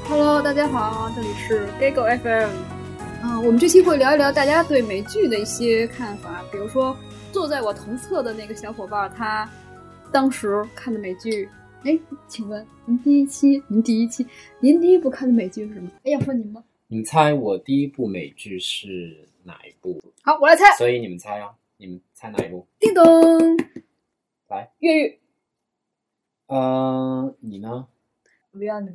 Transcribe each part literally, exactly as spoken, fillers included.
Hello， 大家好，这里是 Gigo F M。嗯，我们这期会聊一聊大家对美剧的一些看法，比如说坐在我同侧的那个小伙伴，他当时看的美剧。哎，请问您第一期，您第一期，您第一部看的美剧是什么？哎，要说您吗？ 你们猜我第一部美剧是哪一部？ 好，我来猜。 所以你们猜啊，你们猜哪一部？ 叮咚， 来， 越狱。 嗯、呃，你呢 Beyond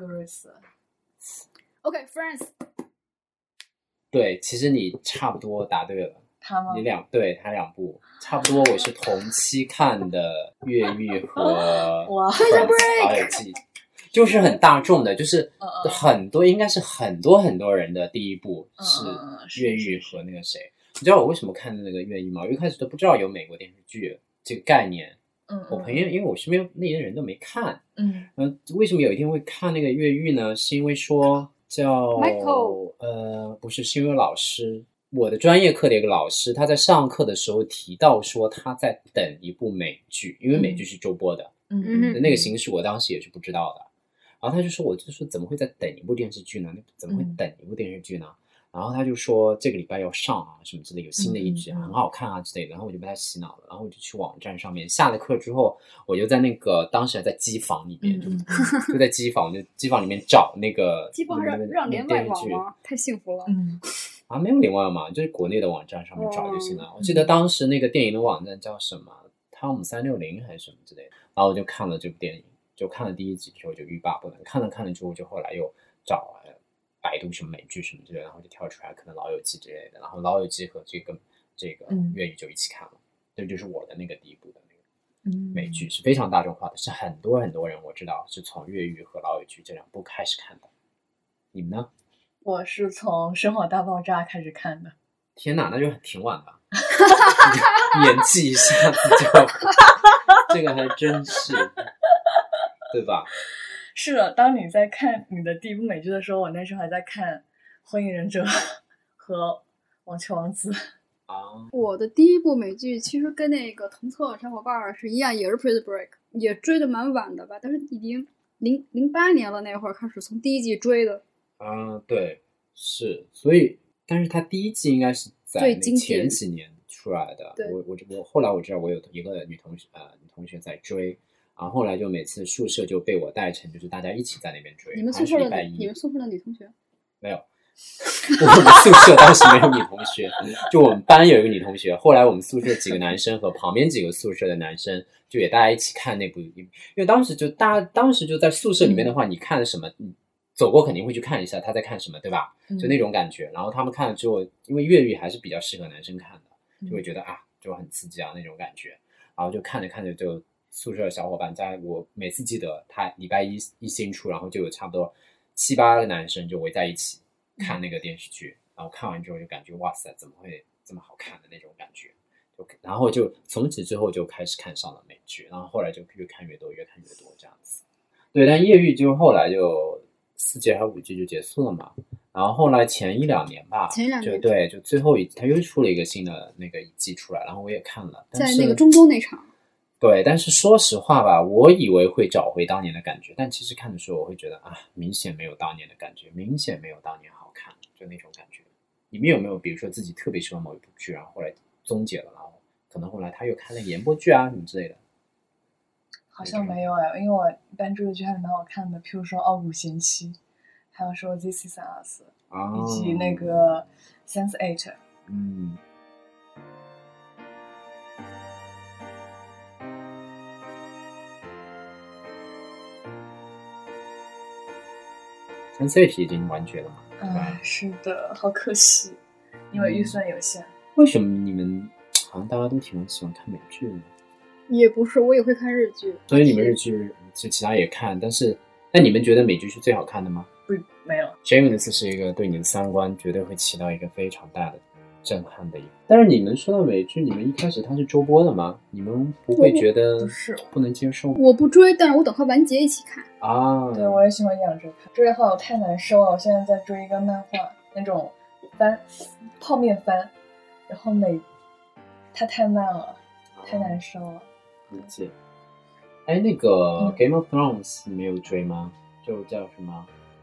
Grace。OK，Friends。 对，其实你差不多答对了。 他吗？ 你两对他两部差不多，我是同期看的《越狱》和《老友记》，就是很大众的，就是很多应该是很多很多人的第一部是《越狱》和那个谁。你知道我为什么看那个《越狱》吗？我一开始都不知道有美国电视剧这个概念。 嗯， 我朋友因为我身边那些人都没看。 嗯， 呃，为什么有一天会看那个《越狱》呢？是因为说叫 Michael， 呃，不是，是因为老师。我的专业课的一个老师，他在上课的时候提到说他在等一部美剧，因为美剧是周播的， 嗯嗯， 那个形式我当时也是不知道的。然后他就说，我就说怎么会在等一部电视剧呢？怎么会等一部电视剧呢？嗯、然后他就说这个礼拜要上啊，什么之类，有新的一集、嗯、很好看啊之类的。然后我就被他洗脑了，然后我就去网站上面下了课之后，我就在那个当时还在机房里面， 嗯、 就, 就在机房，我就机房里面找那个机房让让连外网吗？太幸福了。 嗯。 啊，没有连外网，就是国内的网站上面找就行了。哦、我记得当时那个电影的网站叫什么汤姆三六零还是什么之类的，然后我就看了这部电影，就看了第一集之后就欲罢不能，看了看了之后就后来又找百度什么美剧什么之类的，然后就跳出来可能老友记之类的，然后老友记和这个这个粤语就一起看了，这、嗯、就是我的那个第一部的那个美剧，是非常大众化的，是很多很多人我知道是从粤语和老友记这两部开始看的。你们呢？ 我是从《生活大爆炸》开始看的。 天哪，那就挺晚了。年纪一下子就这个还真是，对吧？ 是的，当你在看你的第一部美剧的时候，我那时候还在看《火影忍者》和《网球王子》 啊。 我的第一部美剧其实跟那个同侧小伙伴是一样，也是 Prison Break， 也追得蛮晚的吧，但是已经零零八年了，那会儿开始从第一季追的。 啊，对，是，所以，但是他第一季应该是在前几年出来的。我我我后来我知道我有一个女同学呃女同学在追，然后后来就每次宿舍就被我带成，就是大家一起在那边追。 你们宿舍的你们宿舍的女同学没有？我们宿舍当时没有女同学，就我们班有一个女同学。后来我们宿舍几个男生和旁边几个宿舍的男生，就也大家一起看那部，因为当时就大家当时就在宿舍里面的话，嗯、你看了什么？嗯走过肯定会去看一下他在看什么，对吧？就那种感觉。然后他们看了之后，因为粤语还是比较适合男生看的，就会觉得啊，就很刺激啊那种感觉。然后就看着看着，就宿舍小伙伴在我每次记得他礼拜一一新出，然后就有差不多七八个男生就围在一起看那个电视剧。然后看完之后就感觉哇塞，怎么会这么好看的那种感觉。就然后就从此之后就开始看上了美剧，然后后来就越看越多，越看越多这样子。对，但越狱就后来就。四季还有五季就结束了嘛，然后后来前一两年吧， 前两年就对，就最后一他又出了一个新的那个一季出来，然后我也看了， 在那个中东那场。 对，但是说实话吧，我以为会找回当年的感觉，但其实看的时候我会觉得啊，明显没有当年的感觉，明显没有当年好看，就那种感觉。你们有没有比如说自己特别喜欢某一部剧，然后后来终结了，然后可能后来他又开了延播剧啊什么之类的？ 好像没有哎，因为我一般追的剧还蛮好看的，譬如说《傲骨贤妻》，还有说《This Is Us》， 哦， 以及那个《sense eight》。 嗯。sense eight 已经完结了嘛？ 嗯，是的，好可惜，因为预算有限。 嗯、为什么你们好像大家都挺喜欢看美剧的？ 也不是，我也会看日剧。 所以你们日剧就其他也看，但是那你们觉得美剧是最好看的吗？ 不，没有。 Shameless 是一个对你的三观绝对会起到一个非常大的震撼的一个。但是你们说到美剧，你们一开始它是周播的吗？你们不会觉得不能接受？ 我不追，但是我等它完结一起看啊。 对，我也喜欢养着看，追的话我太难受了。我现在在追一个漫画，那种番泡面番，然后每它太慢了，太难受了。 理解。哎，那个 Game of Thrones 你没有追吗？就叫什么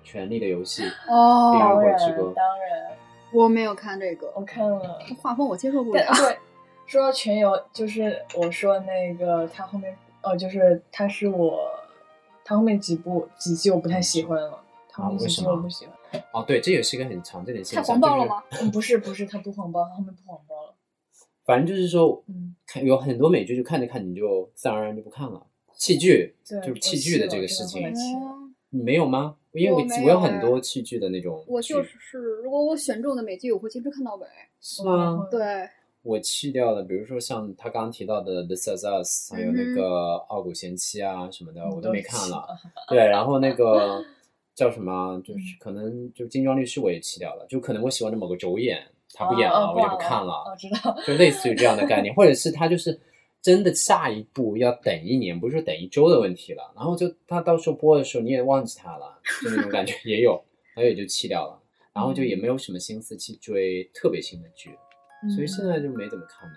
权力的游戏》 哦， 冰与当然火之歌当然， 我没有看这个， 我看了。 画风我接受不了但。对，说到全游，就是我说那个他后面，哦，就是他是我，他后面几部几季我不太喜欢了，他后面几季我不喜欢。 哦，对，这也是一个很常见的现太象。 黄暴了吗？ 就是、 嗯，不是不是，他不黄暴，他后面不黄暴了。 反正就是说， 嗯， 看有很多美剧就看着看着你就自然而然就不看了。器具对， 就是器具的这个事情， 嗯你没有吗？因为我我没有我有很多器具的那种剧， 我就是如果我选中的美剧，我会坚持看到尾。 是吗？ 对， 我弃掉了，比如说像他刚刚提到的《This Is Us》，还有那个《傲骨贤妻》啊什么的， 嗯、 我都没看了。对，然后那个叫什么，就是嗯可能就《精装律师》我也弃掉了，就可能我喜欢的某个主演他不演了， 哦、 我就不看了。 我、哦、知道， 就类似于这样的概念，或者是他就是真的下一部要等一年，不是说等一周的问题了，然后就他到时候播的时候你也忘记他了，就那种感觉也有，然后也就弃掉了，然后就也没有什么心思去追特别新的剧， 嗯、 所以现在就没怎么看到。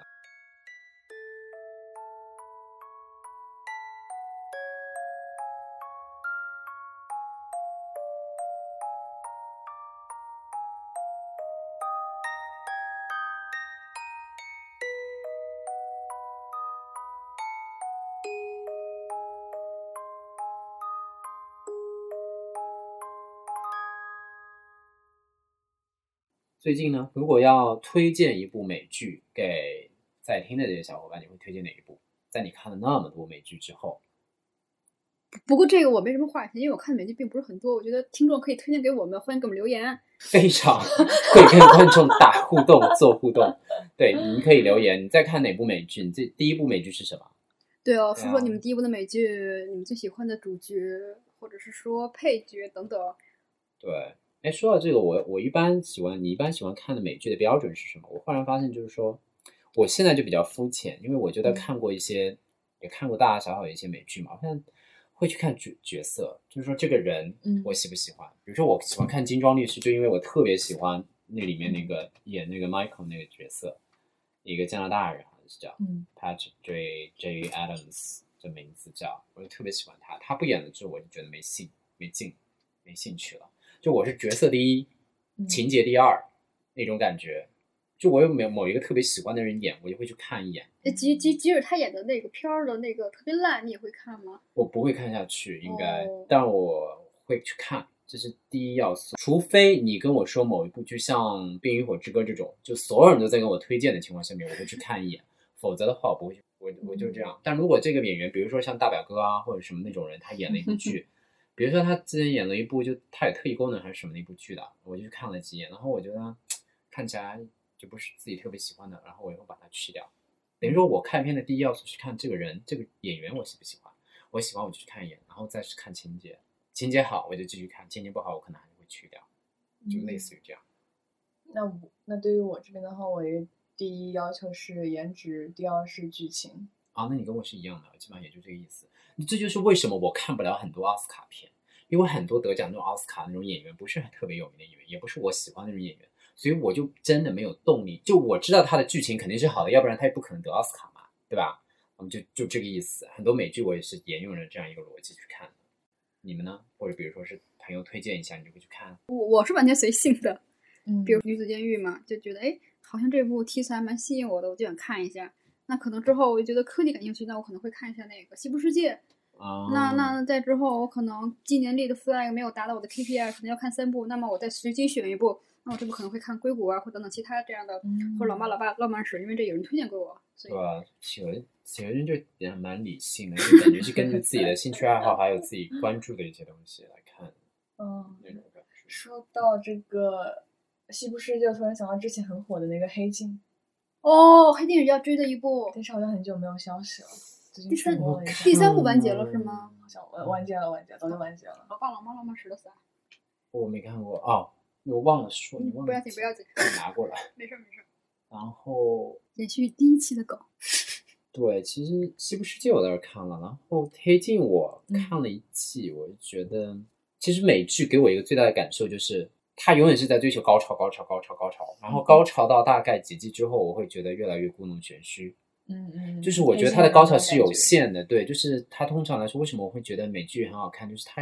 最近呢，如果要推荐一部美剧给在听的这些小伙伴，你会推荐哪一部？在你看了那么多美剧之后， 不过这个我没什么话题，因为我看的美剧并不是很多。我觉得听众可以推荐给我们，欢迎给我们留言。 非常会跟观众打互动、做互动。对，你可以留言，你在看哪部美剧？你这第一部美剧是什么？ 对哦，说说你们第一部的美剧，你们最喜欢的主角，或者是说配角等等。 对。哎，说到这个，我我一般喜欢你一般喜欢看的美剧的标准是什么？我忽然发现，就是说，我现在就比较肤浅，因为我觉得看过一些，嗯、也看过大大小小的一些美剧嘛，我现在会去看角角色，就是说这个人我喜不喜欢。嗯、比如说我喜欢看《精装律师》，就因为我特别喜欢那里面那个演那个 Michael 那个角色，一个加拿大人好像是叫 Patrick J J Adams 这名字叫，我就特别喜欢他。他不演了之后，我就觉得没兴没劲没兴趣了。就我是角色第一，情节第二、嗯、那种感觉。就我有某某一个特别喜欢的人演，我就会去看一眼。 即即即使他演的那个片儿的那个特别烂，你也会看吗？ 我不会看下去，应该， 哦、 但我会去看，这是第一要素。除非你跟我说某一部剧像《冰与火之歌》这种，就所有人都在跟我推荐的情况下面，我会去看一眼。否则的话，我不会去，我我就这样。但如果这个演员，比如说像大表哥啊，或者什么那种人，他演了一部剧。比如说他之前演了一部，就他有特异功能还是什么的一部剧的，我就去看了几眼，然后我觉得看起来就不是自己特别喜欢的，然后我又把它去掉。等于说我看片的第一要素是看这个人这个演员我喜不喜欢，我喜欢我就去看一眼，然后再是看情节，情节好我就继续看，情节不好我可能还是会去掉，就类似于这样。 嗯、那我那对于我这边的话，我第一要求是颜值，第二是剧情。 啊，那你跟我是一样的，基本上也就这个意思。这就是为什么我看不了很多奥斯卡片，因为很多得奖那种奥斯卡那种演员不是很特别有名的演员，也不是我喜欢的那种演员，所以我就真的没有动力。就我知道他的剧情肯定是好的，要不然他也不可能得奥斯卡嘛，对吧？我们就就这个意思。很多美剧我也是沿用了这样一个逻辑去看的。你们呢？或者比如说是朋友推荐一下，你就会去看？ 我我是完全随性的， 嗯， 比如女子监狱嘛，就觉得哎，好像这部题材蛮吸引我的，我就想看一下。那可能之后我就觉得科技感兴趣，那我可能会看一下那个《西部世界》。 哦、 那那在之后，我可能今年立的 flag 没有达到我的 K P I， 可能要看三部，那么我再随机选一部。那我这部可能会看《硅谷》啊，或等等其他这样的， 嗯、 或者《老妈老爸浪漫史》，因为这有人推荐给我。所以对吧？企鹅企鹅人就也蛮理性的，就感觉是根据自己的兴趣爱好还有自己关注的一些东西来看。 嗯， 那种感觉。 说到这个《西部世界》，我突然想到之前很火的那个《黑镜》。 哦，黑镜也要追的一部， 但是好像很久没有消息了。 第三第三部完结了是吗？ 好像完完结了，完结，早就完结了。 我忘了《妈妈史的伞》， 我没看过哦，我忘了说，你忘了。 不要紧，不要紧， 你拿过来。 没事没事。 然后延续第一期的梗。 对，其实《西部世界》我倒是看了，然后《黑镜》我看了一季，嗯、我就觉得其实美剧给我一个最大的感受就是。他永远是在追求高潮高潮高潮高潮，然后高潮到大概几季之后我会觉得越来越故弄玄虚。 嗯嗯， 就是我觉得他的高潮是有限的，对，就是他通常来说为什么我会觉得美剧很好看，就是他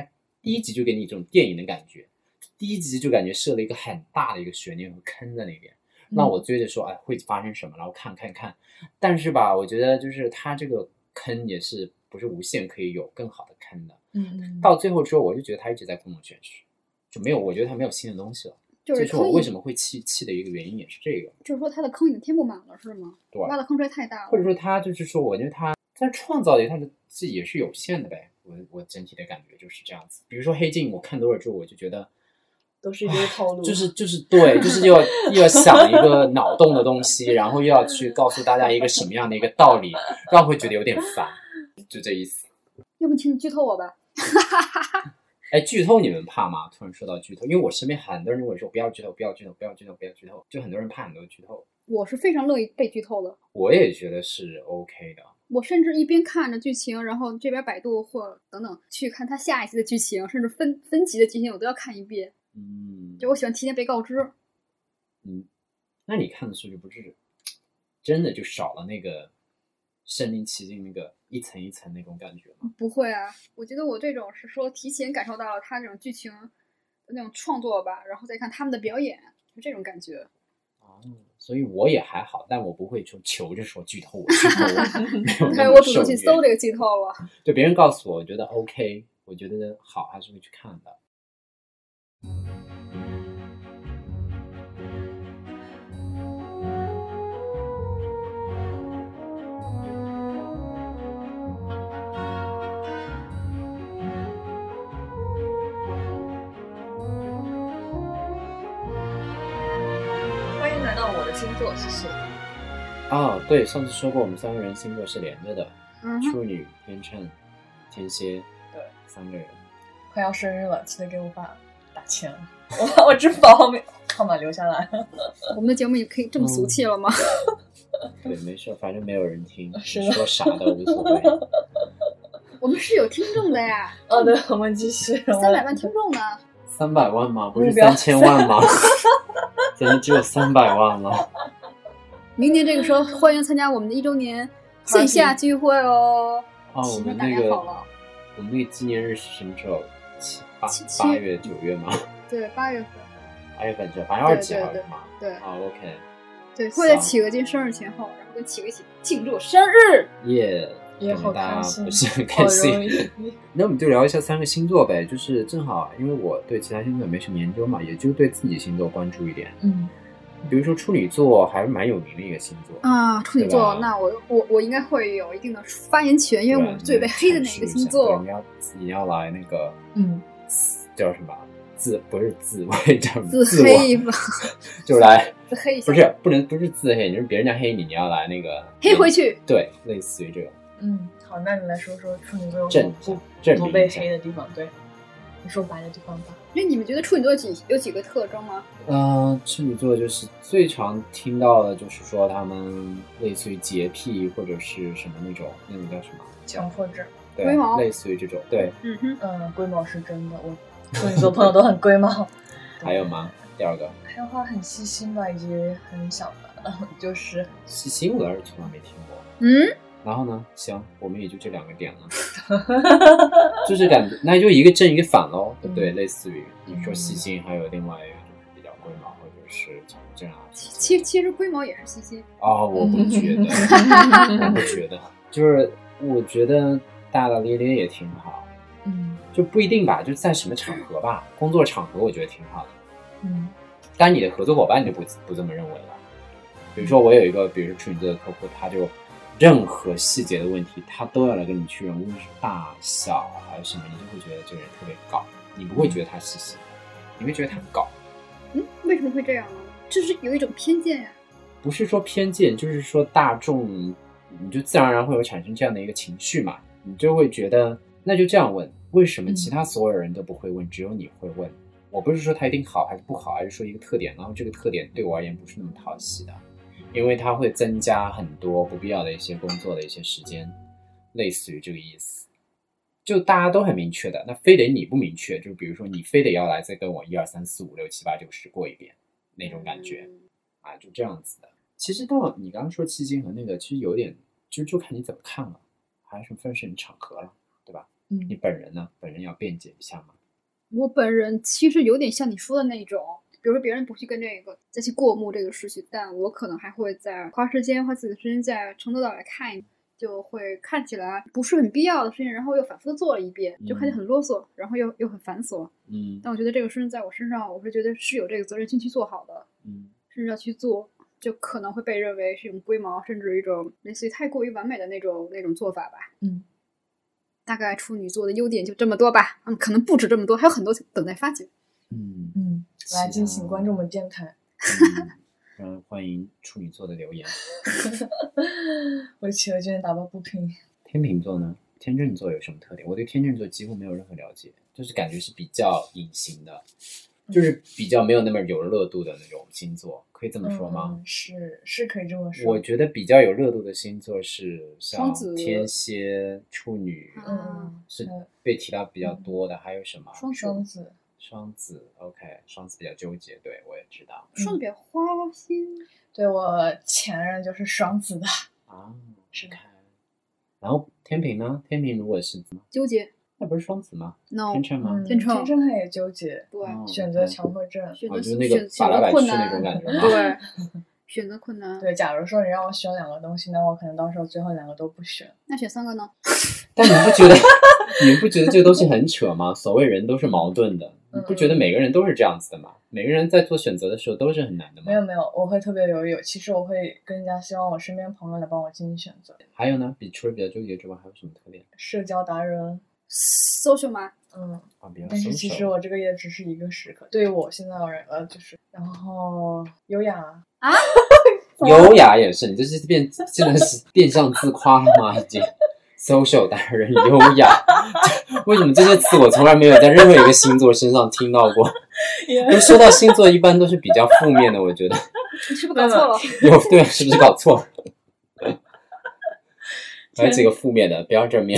第一集就给你这种电影的感觉，第一集就感觉设了一个很大的一个悬念和坑在那边，让我追着说哎会发生什么，然后看看看。但是吧我觉得就是它这个坑也是不是无限可以有更好的坑的。 嗯， 到最后之后我就觉得他一直在故弄玄虚，就没有，我觉得他没有新的东西了。 就是这是我为什么会气气的一个原因，也是这个。 就是说他的坑已经填不满了，是吗？ 对， 挖的坑实在太大了。 或者说他就是说，我觉得他在创造力他的自己也是有限的呗。我我整体的感觉就是这样子。比如说黑镜，我看多了之后，我就觉得都是一堆套路， 就是就是对，就是又要又要想一个脑洞的东西，然后又要去告诉大家一个什么样的一个道理，让我会觉得有点烦，就这意思。 要不请你剧透我吧。 哎，剧透你们怕吗？突然说到剧透，因为我身边很多人跟我说不要剧透，不要剧透，不要剧透，不要剧透，就很多人怕很多剧透。 我是非常乐意被剧透的， 我也觉得是 OK 的。 我甚至一边看着剧情，然后这边百度或等等去看他下一集的剧情，甚至分分集的剧情，我都要看一遍。 嗯， 就我喜欢提前被告知。 嗯，那你看的时候就不是真的就少了那个身临其境那个一层一层那种感觉吗？ 不会啊，我觉得我这种是说提前感受到了他这种剧情的那种创作吧，然后再看他们的表演，就这种感觉。 哦，所以我也还好，但我不会就求着说剧透我剧透我，没有那我主动去么受虐。 搜这个剧透了。 就别人告诉我，我觉得 OK， 我觉得好，还是会去看的。 欢迎来到我的星座，谢谢。 哦，对，上次说过我们三个人星座是连着的， 嗯哼， 处女、天秤、天蝎， 对， 三个人。 快要生日了，记得给我爸打钱，我把我支付宝号码号码留下来。 我们的节目也可以这么俗气了吗？ 对，没事，反正没有人听， 是的你说啥的无所谓。 我们是有听众的呀， 哦，对，我们继续。 三百万听众呢。 三百万吗？不是目标三千万吗？怎么只有三百万了？ 明年这个时候，欢迎参加我们的一周年线下聚会哦。 哦，我期待大们那个家好了。 我们那个纪念日是什么时候？七八七七八月九月吗？ 对，八月份。 八月份是八月二十几号对对是吗？ 对啊 OK， 对，会在企鹅金生日前后，然后跟企鹅一起庆祝生日。 耶， 也好可能大家开心不是很好开心容。易。 那我们就聊一下三个星座呗，就是正好，因为我对其他星座也没什么研究嘛，也就对自己星座关注一点。 嗯， 比如说处女座还是蛮有名的一个星座， 啊，处女座， 对吧那我我我应该会有一定的发言权，因为我们是最被黑的那个星座。 对，你要你要来那个嗯， 叫什么自不是自卫叫什么自自我， 黑吧， 就来自黑一下， 不是不能不是自黑，你是别人家黑你，你要来那个黑回去。 对，类似于这种嗯，好，那你来说说处女座有正不正不被明一下黑的地方，对，你说白的地方吧。 那你们觉得处女座有几有几个特征吗？ 嗯，处女座就是最常听到的，就是说他们类似于洁癖或者是什么那种，那种叫什么？ 强迫症。 对龟毛， 类似于这种。对， 嗯哼， 嗯，龟毛是真的，我处女座朋友都很龟毛。 还有吗？第二个， 还有话很细心吧，以及很小的，就是细心我倒是从来没听过。 嗯， 然后呢？行，我们也就这两个点了，就是感觉那就一个正一个反喽，对不对？ 嗯类似于你说细心，还有另外一个就是比较龟毛或者是强迫症啊。 其其实龟毛也是细心。 哦，我不觉得，我不觉得，就是我觉得大大咧咧也挺好， 嗯就不一定吧，就在什么场合吧，工作场合我觉得挺好的。 嗯但你的合作伙伴就不不这么认为了。比如说我有一个，比如说处女座的客户，他就任何细节的问题，他都要来跟你确认，无论是大小还是什么，你就会觉得这个人特别搞，你不会觉得他细心，你会觉得他搞。 嗯，为什么会这样呢？这是有一种偏见呀。 不是说偏见，就是说大众，你就自然而然会有产生这样的一个情绪嘛，你就会觉得，那就这样问，为什么其他所有人都不会问，只有你会问？我不是说它一定好还是不好，而是说一个特点，然后这个特点对我而言不是那么讨喜的，因为它会增加很多不必要的一些工作的一些时间，类似于这个意思。就大家都很明确的，那非得你不明确，就比如说你非得要来再跟我一二三四五六七八九十过一遍那种感觉啊，就这样子的。其实到你刚刚说细心和那个，其实有点就就看你怎么看了，还是分是你场合了，对吧？ 嗯你本人呢？本人要辩解一下嘛。 我本人其实有点像你说的那种，比如说别人不去跟这个再去过目这个事情，但我可能还会在花时间花自己的时间再从头到尾看一遍，就会看起来不是很必要的事情，然后又反复的做了一遍，就看起来很啰嗦，然后又又很繁琐。 嗯， 但我觉得这个事情在我身上，我是觉得是有这个责任心去做好的， 嗯， 甚至要去做，就可能会被认为是一种龟毛，甚至一种类似于太过于完美的那种那种做法吧。 嗯， 大概处女座的优点就这么多吧，嗯，可能不止这么多，还有很多等待发掘。 嗯嗯，来敬请关注我们电台。 嗯，嗯欢迎处女座的留言。 我企鹅今天打抱不平。 天秤座呢？天秤座有什么特点？我对天秤座几乎没有任何了解，就是感觉是比较隐形的，就是比较没有那么有热度的那种星座，可以这么说吗？ 嗯、是是可以这么说。 我觉得比较有热度的星座是像双子天蝎、处女， 嗯， 是被提到比较多的。还有什么？ 双双子。 双子 ，OK， 双子比较纠结，对我也知道。 双子比较花心。 对，我前任就是双子的啊，是看。然后天平呢？天平如果是纠结， 那不是双子吗 ？No， 天秤吗？ 嗯、 天秤， 天秤他也纠结， 对， 哦、选择强迫症， 选择、 哦、就是那个选择困难那种感觉， 对，选择困难。 对，假如说你让我选两个东西，那我可能到时候最后两个都不选。 那选三个呢？ 但你不觉得你不觉得这个东西很扯吗？所谓人都是矛盾的，你不觉得每个人都是这样子的吗？每个人在做选择的时候都是很难的吗？ 没有没有，我会特别犹豫。其实我会更加希望我身边朋友来帮我进行选择。 还有呢，比除了比较纠结之外，还有什么特点？ 社交达人 ，social 吗？ 嗯， 啊，比较但是其实我这个也只是一个时刻，对于我现在而言，呃，就是，然后优雅啊， 优雅也是，你这是变真的是变相自夸了吗？已经。social 达人优雅，为什么这些词我从来没有在任何一个星座身上听到过？因为说到星座，一般都是比较负面的，我觉得。 你是不是搞错了？ 有对，是不是搞错了？来几个负面的，不要正面。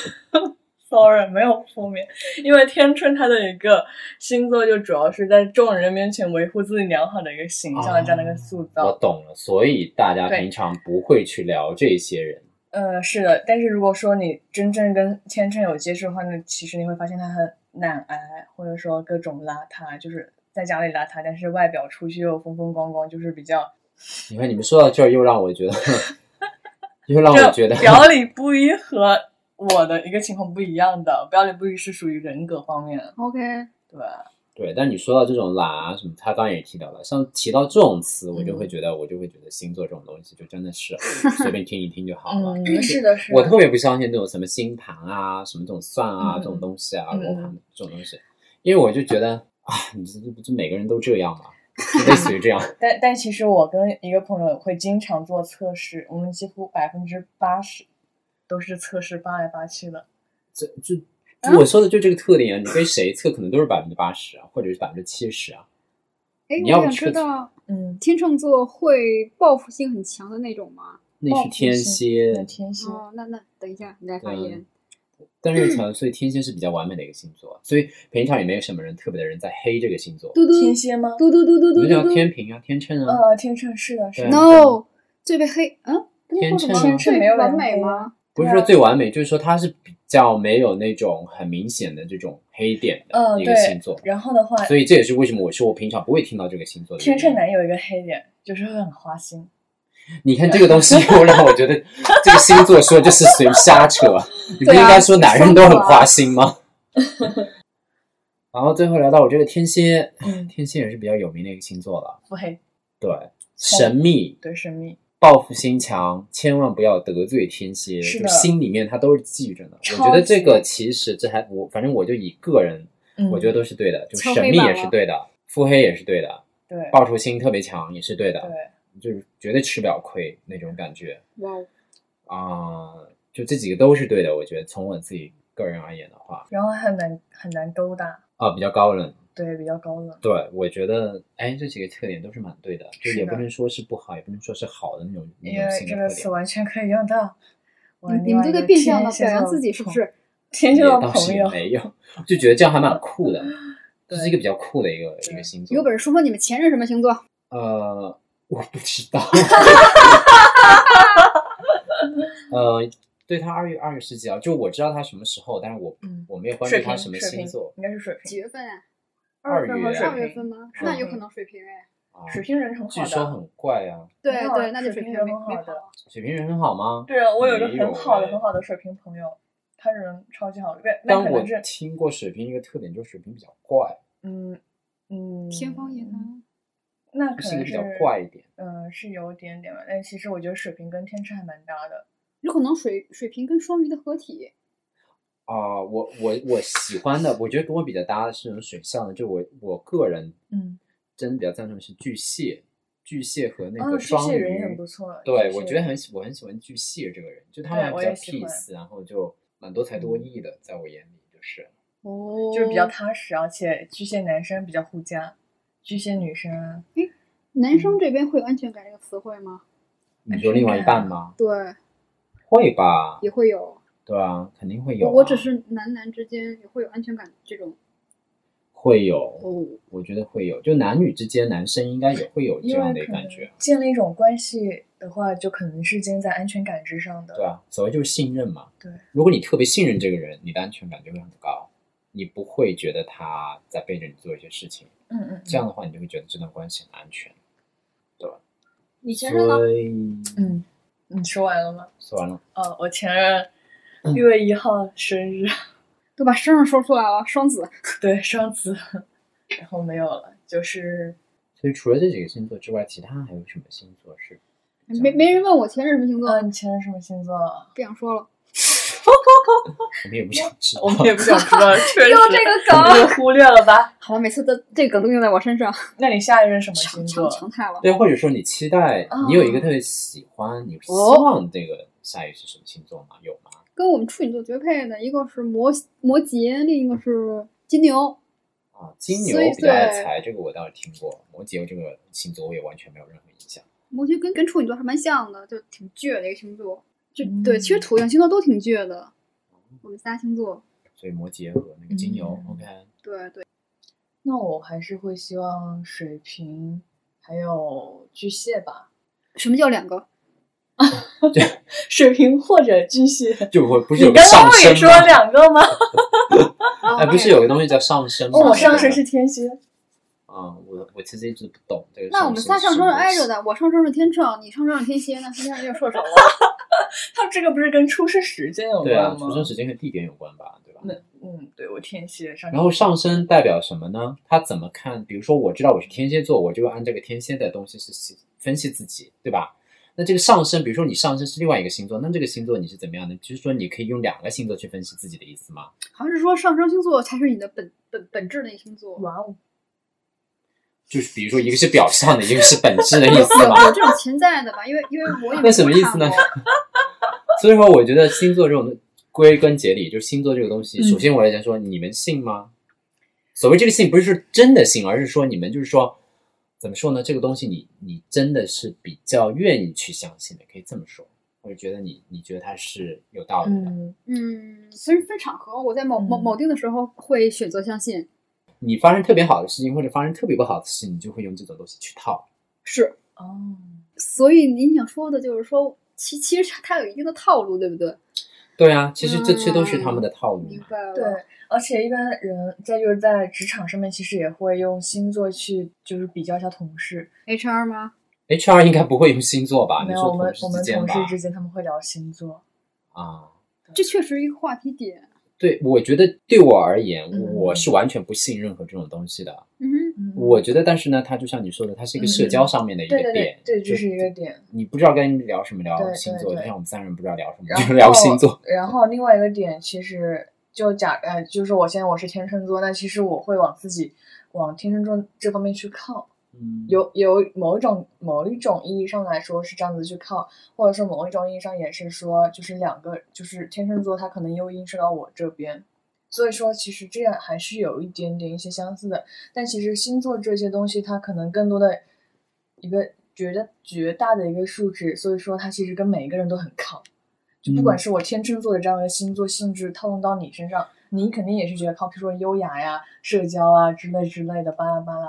Sorry， 没有负面，因为天秤它的一个星座就主要是在众人面前维护自己良好的一个形象的这样的一个塑造。 我懂了，所以大家平常不会去聊这些人。 呃，是的，但是如果说你真正跟天秤有接触的话，那其实你会发现他很懒癌，或者说各种邋遢，就是在家里邋遢，但是外表出去又风风光光，就是比较。 你看你们说到这儿，又让我觉得，又让我觉得表里不一和我的一个情况不一样的，表里不一是属于人格方面。 OK， 对。 对，但你说到这种懒啊什么，他刚刚也提到了，像提到这种词，我就会觉得，嗯、我就会觉得星座这种东西就真的是随便听一听就好了。 嗯，是的，是的。 我特别不相信那种什么星盘啊、什么这种算啊、嗯、这种东西啊、罗盘、嗯、这种东西，因为我就觉得啊，你这不是每个人都这样吗？就类似于这样。 但但其实我跟一个朋友会经常做测试，我们几乎百分之八十都是测试八来八去的。 这就。我说的就这个特点啊，你跟谁测可能都是百分之八十啊，或者是百分之七十啊。 哎，我想知道，嗯，天秤座会报复性很强的那种吗？ 那是天蝎。 天蝎。 哦，那那等一下，你来发言。 但是所以天蝎是比较完美的一个星座，所以平常也没有什么人特别的人在黑这个星座。 嘟嘟天蝎吗？ 嘟嘟嘟嘟嘟。 你们叫天平啊，天秤啊。 呃，天秤是的，是的。 No， 最被黑，嗯， 天秤天秤没有完美吗？ 不是说最完美，就是说它是比较没有那种很明显的这种黑点的一个星座。 嗯、然后的话， 所以这也是为什么我说我平常不会听到这个星座的。 天秤男有一个黑点，就是会很花心。 你看这个东西又让我觉得这个星座说就是随瞎扯，你不应该说男人都很花心吗？然后最后聊到我这个天蝎， 嗯、 天蝎也是比较有名的一个星座了。 腹黑。 对，神秘。 对，神秘。 报复心强，千万不要得罪天蝎，就心里面他都是记着的。我觉得这个其实这还我反正我就以个人， 嗯、 我觉得都是对的，就神秘也是对的，腹黑也是对的， 对， 报复心特别强也是对的， 对， 就是绝对吃不了亏那种感觉。 哇啊、呃，就这几个都是对的，我觉得从我自己个人而言的话， 然后很难很难勾搭啊、呃，比较高冷。 对，比较高冷。 对，我觉得，哎，这几个特点都是蛮对的，就也不能说是不好，也不能说是好的那种那种性格特点。 因为这个词完全可以用到。 你们都在变相的表扬自己，是不是？ 天蝎的朋友没有，就觉得这样还蛮酷的，这是一个比较酷的一个一个星座。 有本事说说你们前任什么星座？ 呃，我不知道。呃， 对他二月二月十几号，就我知道他什么时候，但是我、 嗯、 我没有关注他什么星座， 应该是水瓶。 几月份啊？ 二月二月份吗？那有可能水瓶哎。 啊、 水瓶人很好的， 据说很怪啊。 对对，那就水瓶人很好的。 水瓶人很好吗？ 对啊，我有一个很好的、 欸、 很好的水瓶朋友，他人超级好。 但我听过水瓶一个特点，就是水瓶比较怪。 嗯嗯， 天方夜谭。 那可能是比较怪一点。 嗯，是有一点点吧，但其实我觉得水瓶跟天秤还蛮搭的。 有可能水水瓶跟双鱼的合体。 啊、呃，我我我喜欢的，我觉得跟我比较搭的是那种水象的，就我我个人嗯，真的比较赞成是巨蟹。巨蟹和那个双鱼、哦、 巨蟹人也很不错。 对，我觉得很我很喜欢巨蟹这个人，就他们比较 peace， 然后就蛮多才多艺的，嗯、在我眼里就是哦，就是比较踏实，而且巨蟹男生比较护家，巨蟹女生， 哎，男生这边会有安全感这个词汇吗？ 你说另外一半吗？ 对， 会吧， 也会有。 对啊，肯定会有、啊。 我只是男男之间也会有安全感这种。 会有、哦，我觉得会有，就男女之间，男生应该也会有这样的感觉。 建立一种关系的话，就可能是建立在安全感之上的。 对啊，所谓就是信任嘛。 对， 如果你特别信任这个人，你的安全感就会很高，你不会觉得他在背着你做一些事情。 嗯 嗯, 嗯。 这样的话，你就会觉得这段关系很安全。对。 你前任呢？ 嗯，你说完了吗？ 说完了。 哦，我前任一月一号生日。嗯都把生日说出来了，双子。 对，双子，然后没有了，就是。 所以除了这几个星座之外，其他还有什么星座是？ 没没人问我前任什么星座？ 嗯、呃，你前任什么星座？ 不想说了。 我们也不想知道， 我们也不想知道。确实， 用这个梗， 你忽略了吧？ 好，每次都这个梗都用在我身上。 那你下一任什么星座？ 常态了。 对，或者说你期待，哦、你有一个特别喜欢，你希望这个下一个是什么星座吗？有吗？ 跟我们处女座绝配的，一个是摩摩羯，另一个是金牛。 啊，金牛比较爱财，这个我倒是听过。摩羯这个星座我也完全没有任何印象。 摩羯跟跟处女座还蛮像的，就挺倔的一个星座。就、嗯、对，其实土象星座都挺倔的。嗯、我们仨星座。 所以摩羯和那个金牛、嗯、，OK。 对对。 那我还是会希望水瓶还有巨蟹吧。 什么叫两个？ 水瓶或者巨蟹， 就不不是有个上升吗？ 你刚刚也说两个吗？ 哎，不是有个东西叫上升吗？ 哦，我上升是天蝎。 啊、嗯，我我其实一直不懂这个。 那我们仨上升是挨着的，我上升是天秤，你上升是天蝎，那天蝎就是射手了。 他这个不是跟出生时间有关吗？ 对啊，出生时间和地点有关吧，对吧？ 那嗯，对，我天蝎上升。 然后上升代表什么呢？他怎么看？比如说，我知道我是天蝎座，我就按这个天蝎的东西是分析自己，对吧？那这个上升，比如说你上升是另外一个星座，那这个星座你是怎么样的？就是说你可以用两个星座去分析自己的意思吗？ 好像是说上升星座才是你的本本本质的一个星座。 哇哦！ 就是比如说一个是表象的，一个是本质的意思吗？ 有有这种潜在的吧？因为因为我也那什么意思呢？所以说，我觉得星座这种归根结底，就是星座这个东西，首先我来讲说，你们信吗？所谓这个信，不是说真的信，而是说你们就是说。怎么说呢？这个东西你你真的是比较愿意去相信的，可以这么说。我就觉得你你觉得它是有道理的。 嗯嗯，分分场合，我在某某某定的时候会选择相信。 你发生特别好的事情或者发生特别不好的事情，你就会用这种东西去套。 是哦， 所以您想说的就是说，其其实它有一定的套路，对不对？ 对啊，其实这些都是他们的套路、嗯。 明白了。 对，而且一般人在就是在职场上面，其实也会用星座去就是比较一下同事。 H R 吗 ？H R 应该不会用星座吧？ 没有，我们我们同事之间他们会聊星座啊， 这确实一个话题点。 对，我觉得对我而言， 嗯、 我是完全不信任何这种东西的。 嗯哼， 我觉得，但是呢，它就像你说的，它是一个社交上面的一个点， 嗯、对对对，这是一个点。 你不知道跟聊什么聊星座， 对对对， 就像我们三人不知道聊什么就聊星座。 然后另外一个点，其实就假呃，就是我现在我是天秤座，那其实我会往自己往天秤座这方面去靠。 嗯， 有有某一种某一种意义上来说是这样子去靠，或者说某一种意义上也是说，就是两个就是天秤座，它可能又映射到我这边，所以说其实这样还是有一点点一些相似的。但其实星座这些东西，它可能更多的一个觉得绝大的一个数值，所以说它其实跟每一个人都很靠。就不管是我天秤座的这样的星座性质套用到你身上，你肯定也是觉得靠，比如说优雅呀、社交啊之类之类的巴拉巴拉的。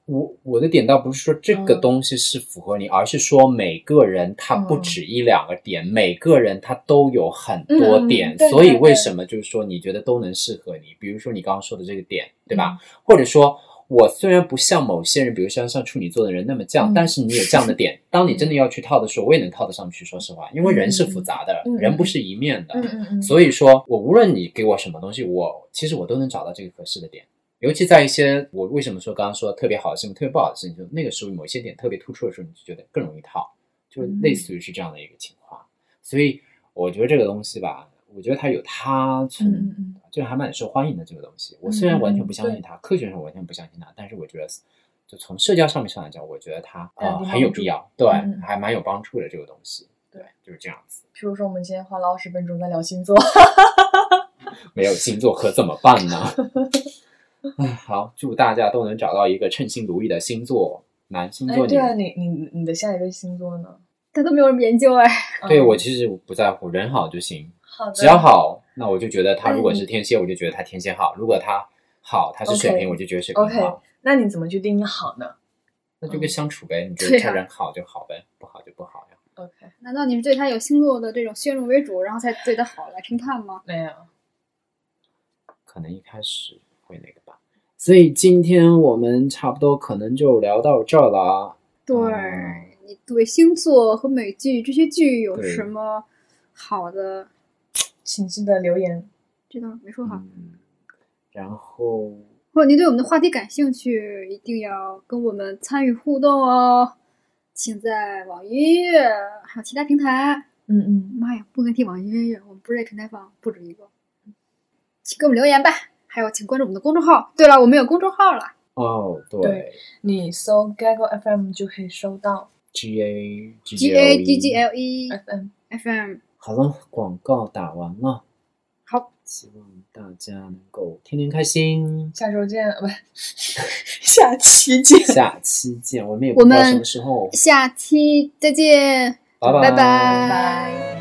我我的点倒不是说这个东西是符合你，嗯、而是说每个人他不止一两个点，嗯、每个人他都有很多点， 嗯、 所以为什么就是说你觉得都能适合你？比如说你刚刚说的这个点，对吧？嗯、或者说我虽然不像某些人，比如像像处女座的人那么犟，嗯、但是你有这样的点，当你真的要去套的时候，我也能套得上去。说实话，因为人是复杂的，嗯、人不是一面的， 嗯、 所以说我无论你给我什么东西，我其实我都能找到这个合适的点。尤其在一些我为什么说刚刚说特别好的事情特别不好的事情，就那个时候某些点特别突出的时候，你就觉得更容易套，就类似于是这样的一个情况。嗯、所以我觉得这个东西吧，我觉得它有它存， 嗯嗯就还蛮受欢迎的这个东西。我虽然完全不相信它，嗯、科学上完全不相信它，但是我觉得就从社交上面上来讲，我觉得它呃很有必要，对， 嗯、 还蛮有帮助的这个东西。 对， 就是这样子。 比如说我们今天花了二十分钟在聊星座， 没有星座可怎么办呢？唉，好，祝大家都能找到一个称心如意的星座男星座女。 对啊，你你你的下一个星座呢？ 他都没有人研究哎。 对，我其实不在乎，人好就行。 好的， 只要好，那我就觉得他如果是天蝎，我就觉得他天蝎好；如果他好，他是水瓶， okay, 我就觉得水瓶好。 OK， 那你怎么去定义好呢？ 那就跟相处呗，嗯、你觉得这人好就好呗，不好就不好呀。 OK， 难道你是对他有星座的这种先入为主，然后才对他好来评判吗？ 没有， 可能一开始会那个吧。所以今天我们差不多可能就聊到这儿了。 对，嗯、你对星座和美剧这些剧有什么好的？ 请记得留言。 这段没说好。 嗯，然后， 如果您对我们的话题感兴趣，一定要跟我们参与互动哦。请在网易音乐还有其他平台， 嗯嗯， 妈呀，不能提网易音乐，我们不是这平台方不止一个，请给我们留言吧。还有，请关注我们的公众号。对了，我们有公众号了。 哦，对， 对你搜 Gaggle F M 就可以收到 G A G A G G L E F M F M。 好了，广告打完了。 好， 希望大家能够天天开心。 下周见，不，下期见。 下期见，我们也不知道什么时候。 下期再见， 拜拜拜拜。 拜。